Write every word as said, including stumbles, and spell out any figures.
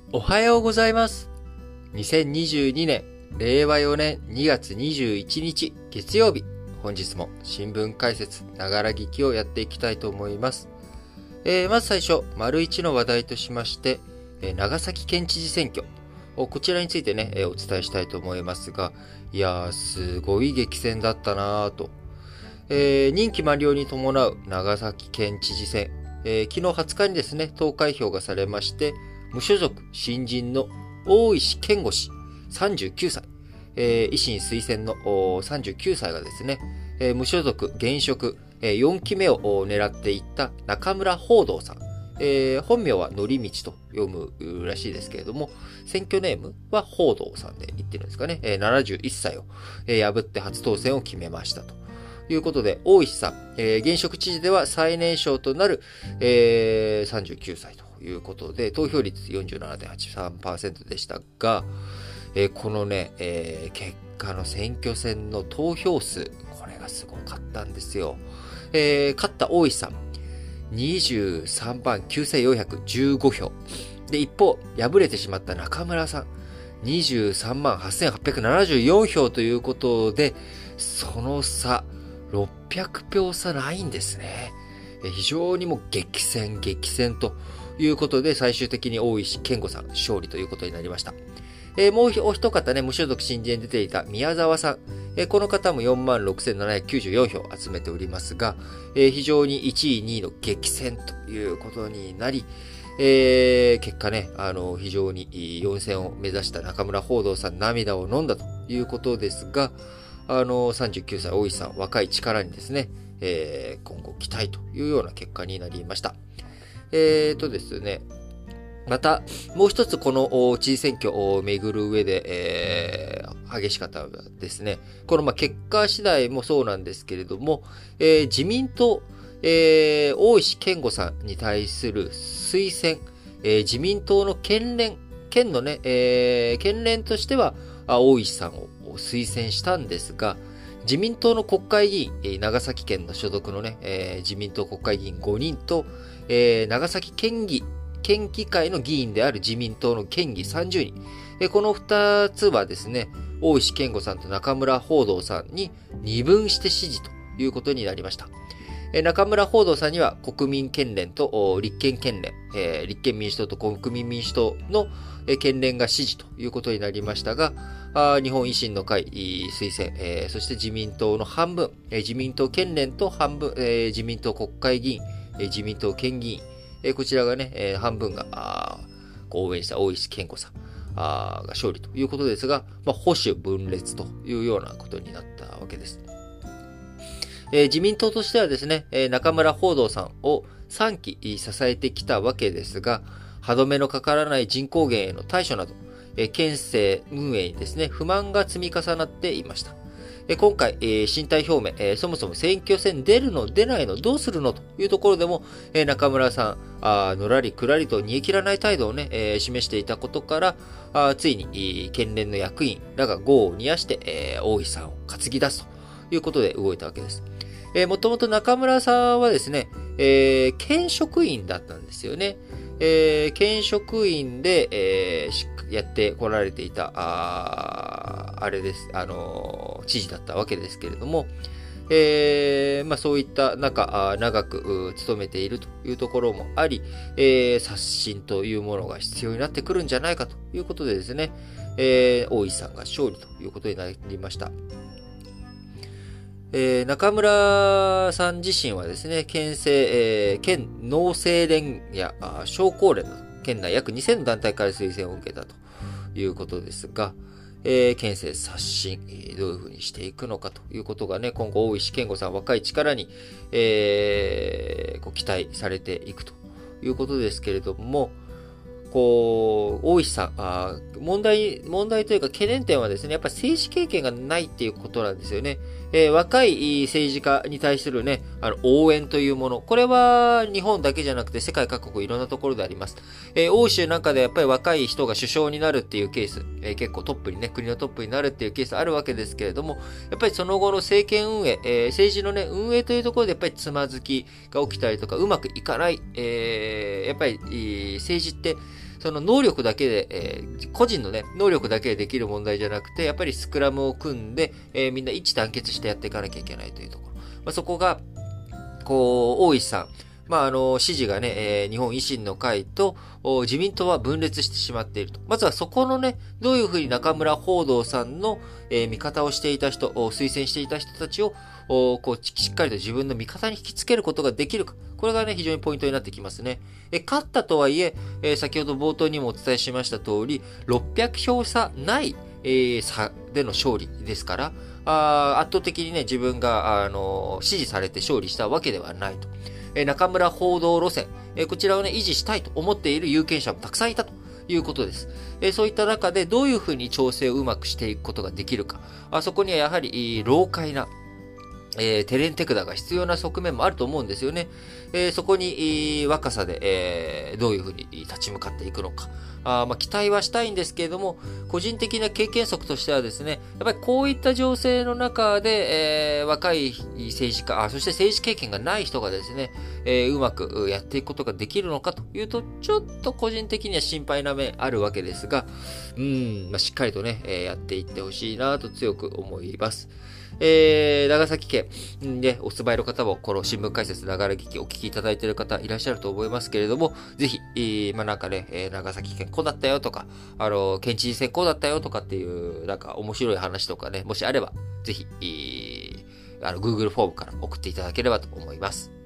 おはようございます。にせんにじゅうにねんれいわよねんにがつにじゅういちにち月曜日、本日も新聞解説ながら聞きをやっていきたいと思います。えー、まず最初、丸一の話題としまして、えー、長崎県知事選挙、こちらについてね、えー、お伝えしたいと思いますが、いやー、すごい激戦だったなーと。えー、任期満了に伴う長崎県知事選、えー、昨日はつかにですね、投開票がされまして、無所属新人の大石健吾氏さんじゅうきゅうさい、えー、維新推薦のさんじゅうきゅうさいがですね、えー、無所属現職、えー、よんきめを狙っていった中村報道さん、えー、本名はのりみちと読むらしいですけれども、選挙ネームは報道さんで言ってるんですかね、えー、ななじゅういっさいを、えー、破って初当選を決めましたということで、大石さん、えー、現職知事では最年少となる、えー、さんじゅうきゅうさいということで、投票率 よんじゅうななてんはちさんパーセント でしたが、えー、このね、えー、結果の選挙戦の投票数、これがすごかったんですよ。えー、勝った大石さん、にじゅうさんまんきゅうせんよんひゃくじゅうごひょう。で、一方、敗れてしまった中村さん、にじゅうさんまんはっせんはっぴゃくななじゅうよんひょうということで、その差、ろっぴゃくひょう差ないんですね。非常にもう激戦、激戦ということで、最終的に大石健吾さん勝利ということになりました。えー、もうお一方ね、無所属新人に出ていた宮沢さん、えー、この方も よんまんろくせんななひゃくきゅうじゅうよんひょう集めておりますが、えー、非常にいちい、にいの激戦ということになり、えー、結果ね、あの、非常によんせんを目指した中村報道さん涙を飲んだということですが、あの、さんじゅうきゅうさい大石さん、若い力にですね、えー、今後期待というような結果になりました。えーとですね、また、もう一つこの知事選挙を巡る上で、えー、激しかったですね。このまあ結果次第もそうなんですけれども、えー、自民党、えー、大石健吾さんに対する推薦、えー、自民党の県連、県のね、えー、県連としては大石さんを推薦したんですが、自民党の国会議員、長崎県の所属のね、えー、自民党国会議員ごにんと、えー、長崎県議、県議会の議員である自民党の県議さんじゅうにん。えー、このふたつはですね、大石健吾さんと中村報道さんに二分して支持ということになりました。えー、中村報道さんには国民県連と立憲県連、えー、立憲民主党と国民民主党の県連が支持ということになりましたが、あ日本維新の会推薦、えー、そして自民党の半分、えー、自民党県連と半分、えー、自民党国会議員、えー、自民党県議員、えー、こちらがね、えー、半分があ応援した大石健吾さんあが勝利ということですが、まあ、保守分裂というようなことになったわけです。えー、自民党としてはですね、えー、中村報道さんをさんき支えてきたわけですが、歯止めのかからない人口減への対処など、えー、県政運営にですね、不満が積み重なっていました。えー、今回、えー、進退表明、えー、そもそも選挙戦出るの出ないのどうするのというところでも、えー、中村さん、あのらりくらりと煮え切らない態度をね、えー、示していたことから、あついに、えー、県連の役員らが業を煮やして、えー、大石さんを担ぎ出すということで動いたわけです。えー、もともと中村さんはですね、えー、県職員だったんですよね。えー、県職員で、えー、やってこられていた、ああれです、あのー、知事だったわけですけれども、えー、まあそういった中、長く務めているというところもあり、えー、刷新というものが必要になってくるんじゃないかということでですね、えー、大石さんが勝利ということになりました。えー、中村さん自身はですね、県政、えー、県農政連や商工連など、県内約にせんの団体から推薦を受けたということですが、えー、県政刷新、えー、どういうふうにしていくのかということがね、今後大石健吾さん若い力に、えー、こう期待されていくということですけれども、こう、大石さん、あ問題、問題というか懸念点はですね、やっぱり政治経験がないっていうことなんですよね。えー、若い政治家に対するね、あの、応援というもの。これは日本だけじゃなくて世界各国いろんなところであります。えー、欧州なんかでやっぱり若い人が首相になるっていうケース、えー、結構トップにね、国のトップになるっていうケースあるわけですけれども、やっぱりその後の政権運営、えー、政治のね、運営というところでやっぱりつまずきが起きたりとか、うまくいかない、えー、やっぱり、政治って、 その能力だけで、えー、個人のね、能力だけでできる問題じゃなくて、やっぱりスクラムを組んで、えー、みんな一致団結してやっていかなきゃいけないというところ。まあ、そこが、こう、大石さん、まあ、あの、支持がね、えー、日本維新の会と自民党は分裂してしまっていると。まずはそこのね、どういうふうに中村報道さんの、えー、味方をしていた人、推薦していた人たちを、こう、しっかりと自分の味方に引きつけることができるか。これがね、非常にポイントになってきますね。え、勝ったとはいえ、えー、先ほど冒頭にもお伝えしました通り、ろっぴゃくひょう差ない、えー、差での勝利ですから、あ圧倒的にね、自分が、あの、支持されて勝利したわけではないと。え中村報道路線、えこちらをね、維持したいと思っている有権者もたくさんいたということです。えそういった中でどういうふうに調整をうまくしていくことができるか。あそこにはやはり、老快な、えー、テレンテクダが必要な側面もあると思うんですよね。えー、そこに、若さで、えー、どういうふうに立ち向かっていくのか。あまあ、期待はしたいんですけれども、個人的な経験則としてはですね、やっぱりこういった情勢の中で、えー、若い政治家あ、そして政治経験がない人がですね、えー、うまくやっていくことができるのかというと、ちょっと個人的には心配な面あるわけですが、うん、まあ、しっかりとね、えー、やっていってほしいなと強く思います。えー、長崎県でお住まいの方も、この新聞解説ながら聞きお聞きいただいている方いらっしゃると思いますけれども、ぜひ、えー、まあ、なんかね、えー、長崎県こうだったよとか、あの、県知事選こうだったよとかっていう、なんか面白い話とかね、もしあれば、ぜひ、えー、あの、Google フォームから送っていただければと思います。